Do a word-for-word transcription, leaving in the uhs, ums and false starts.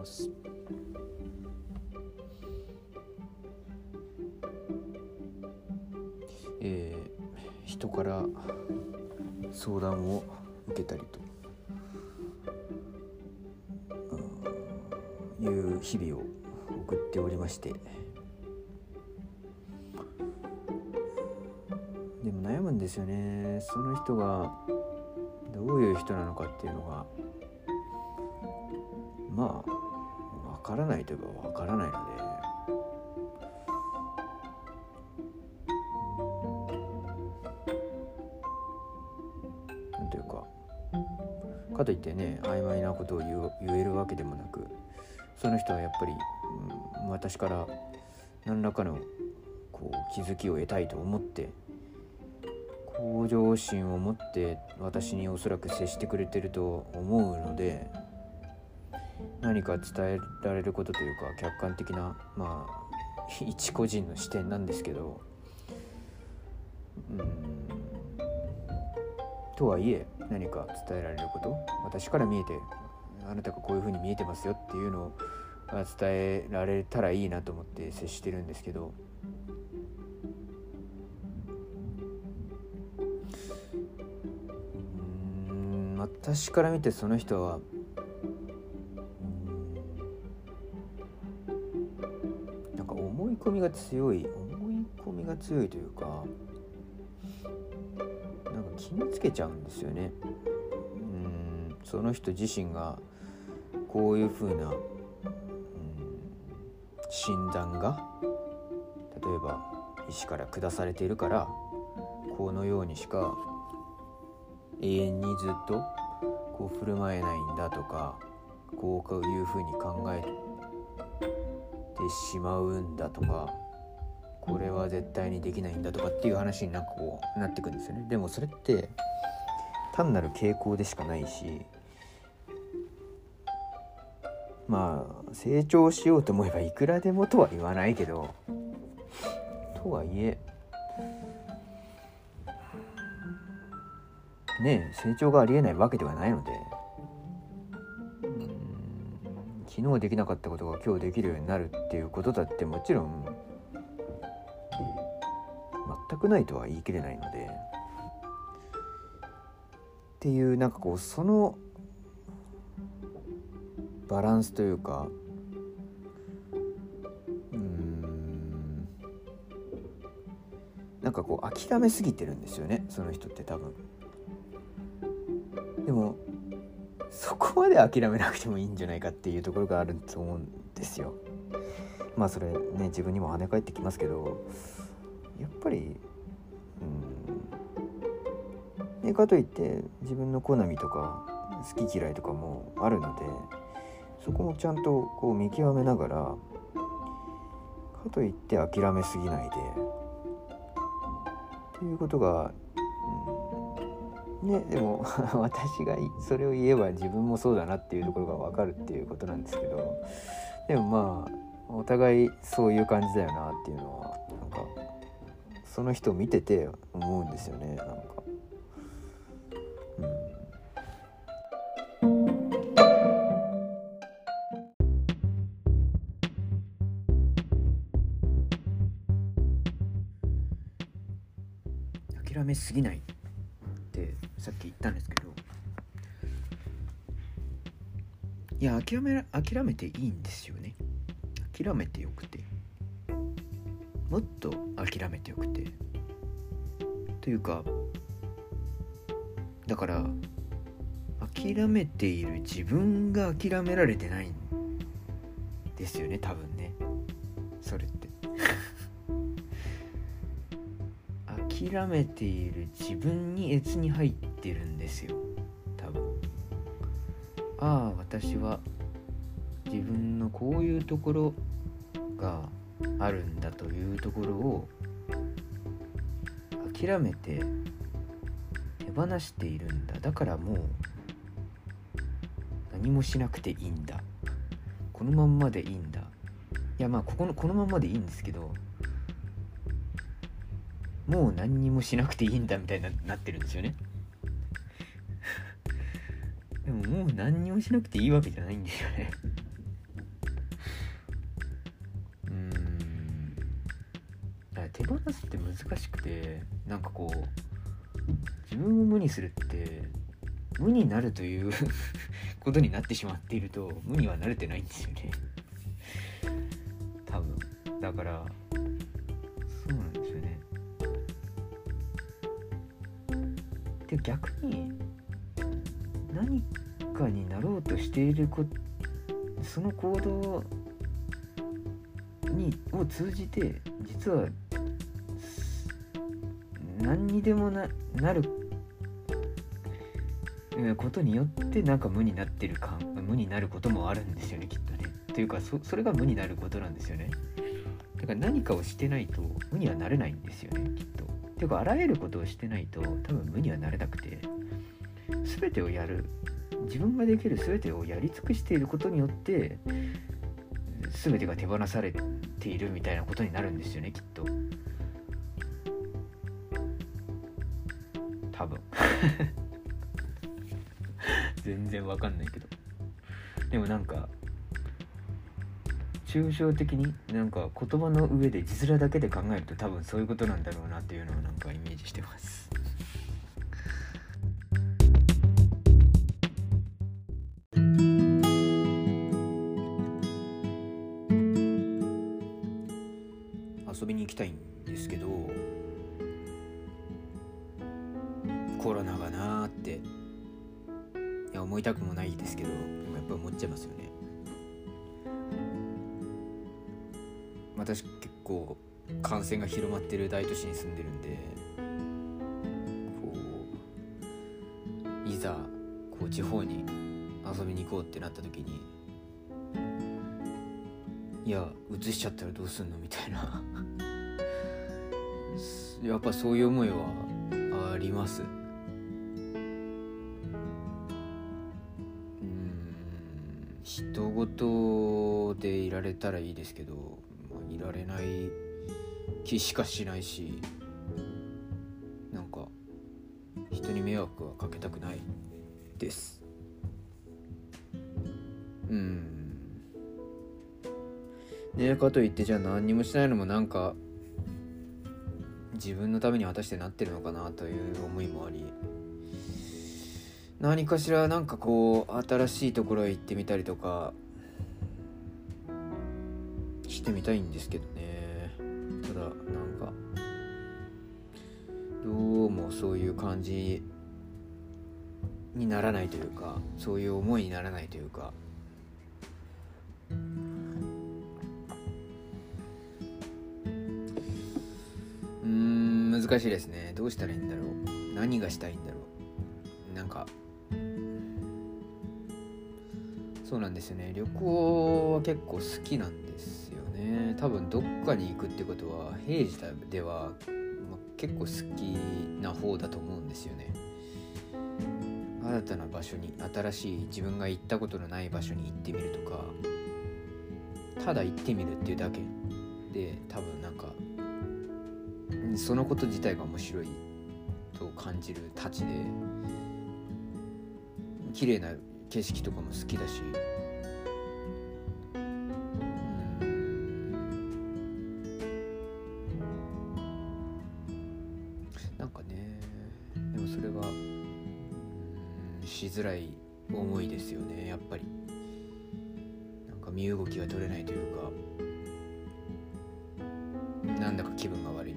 ます。えー、人から相談を受けたりという日々を送っておりまして、でも悩むんですよね。その人がどういう人なのかっていうのがまあわからないといえばわからないので、なんというかかといってね曖昧なことを 言, う言えるわけでもなく、その人はやっぱり、うん、私から何らかのこう気づきを得たいと思って向上心を持って私におそらく接してくれてると思うので、何か伝えられることというか客観的なまあ一個人の視点なんですけど、うーんとはいえ何か伝えられること、私から見えてあなたがこういう風に見えてますよっていうのが伝えられたらいいなと思って接してるんですけど、うーん私から見てその人はなんか思い込みが強い思い込みが強いというか、なんか決めつけちゃうんですよね。うーんその人自身がこういう風な、うん、診断が例えば医師から下されているからこのようにしか永遠にずっとこう振る舞えないんだとか、こういう風に考えてしまうんだとか、これは絶対にできないんだとかっていう話になんかこうなってくるんですよね。でもそれって単なる傾向でしかないし、まあ成長しようと思えばいくらでもとは言わないけど、とはいえねえ成長がありえないわけではないので、うーん昨日できなかったことが今日できるようになるっていうことだってもちろん全くないとは言い切れないので、っていうなんかこうそのバランスというか、うーんなんかこう諦めすぎてるんですよね、その人って多分。でもそこまで諦めなくてもいいんじゃないかっていうところがあると思うんですよ。まあそれね自分にも跳ね返ってきますけど、やっぱりうんでかといって自分の好みとか好き嫌いとかもあるので、そこもちゃんとこう見極めながら、かといって諦めすぎないでっていうことが、うん、ねでも私がそれを言えば自分もそうだなっていうところが分かるっていうことなんですけど、でもまあお互いそういう感じだよなっていうのはなんかその人を見てて思うんですよね。なんか、うん、諦めすぎないってさっき言ったんですけど、いや諦め諦めていいんですよね。諦めてよくて、もっと諦めてよくてというか、だから諦めている自分が諦められてないんですよね、多分ね。それって諦めている自分に悦に入ってるんですよ、多分。ああ私は自分のこういうところがあるんだというところを諦めて手放しているんだ。だからもう何もしなくていいんだ、このまんまでいいんだ。いやまあここのこのまんまでいいんですけど、もう何にもしなくていいんだみたいに な, なってるんですよねでももう何にもしなくていいわけじゃないんですよね手放すって難しくて、なんかこう自分を無にするって無になるということになってしまっていると無には慣れてないんですよね多分。だからそうなんですよね。で逆に何かになろうとしているこその行動にを通じて実は何にでも な, なることによってなんか無になってる感無になることもあるんですよねきっとね。というか そ, それが無になることなんですよね。だから何かをしてないと無にはなれないんですよねきっと。ていうかあらゆることをしてないと多分無にはなれなくて、全てをやる自分ができる全てをやり尽くしていることによって全てが手放されているみたいなことになるんですよねきっと多分全然わかんないけど、でもなんか抽象的になんか言葉の上で字面だけで考えると多分そういうことなんだろうなっていうのをなんかイメージしてます。遊びに行きたいんですけど、コロナがなーっていや思いたくもないですけどやっぱ思っちゃいますよね。私結構感染が広まってる大都市に住んでるんで、こういざこう地方に遊びに行こうってなった時にいや移しちゃったらどうすんのみたいなやっぱそういう思いはあります。うーん人ごとでいられたらいいですけど、まあ、いられない気しかしないし、なんか人に迷惑はかけたくないです。うーんね、かといってじゃあ何にもしないのもなんか自分のために果たしてなってるのかなという思いもあり、何かしらなんかこう新しいところへ行ってみたりとかしてみたいんですけどね。ただなんかどうもそういう感じにならないというか、そういう思いにならないというか、うーん難しいですね。どうしたらいいんだろう、何がしたいんだろう。なんかそうなんですよね。旅行は結構好きなんですよね。多分どっかに行くってことは平時では、まあ、結構好きな方だと思うんですよね。新たな場所に、新しい自分が行ったことのない場所に行ってみるとか、ただ行ってみるっていうだけで多分なんかそのこと自体が面白いと感じるたちで、綺麗な景色とかも好きだし、うーんなんかね、でもそれはうーんしづらい思いですよね。やっぱりなんか身動きが取れないというか、なんだか気分が悪い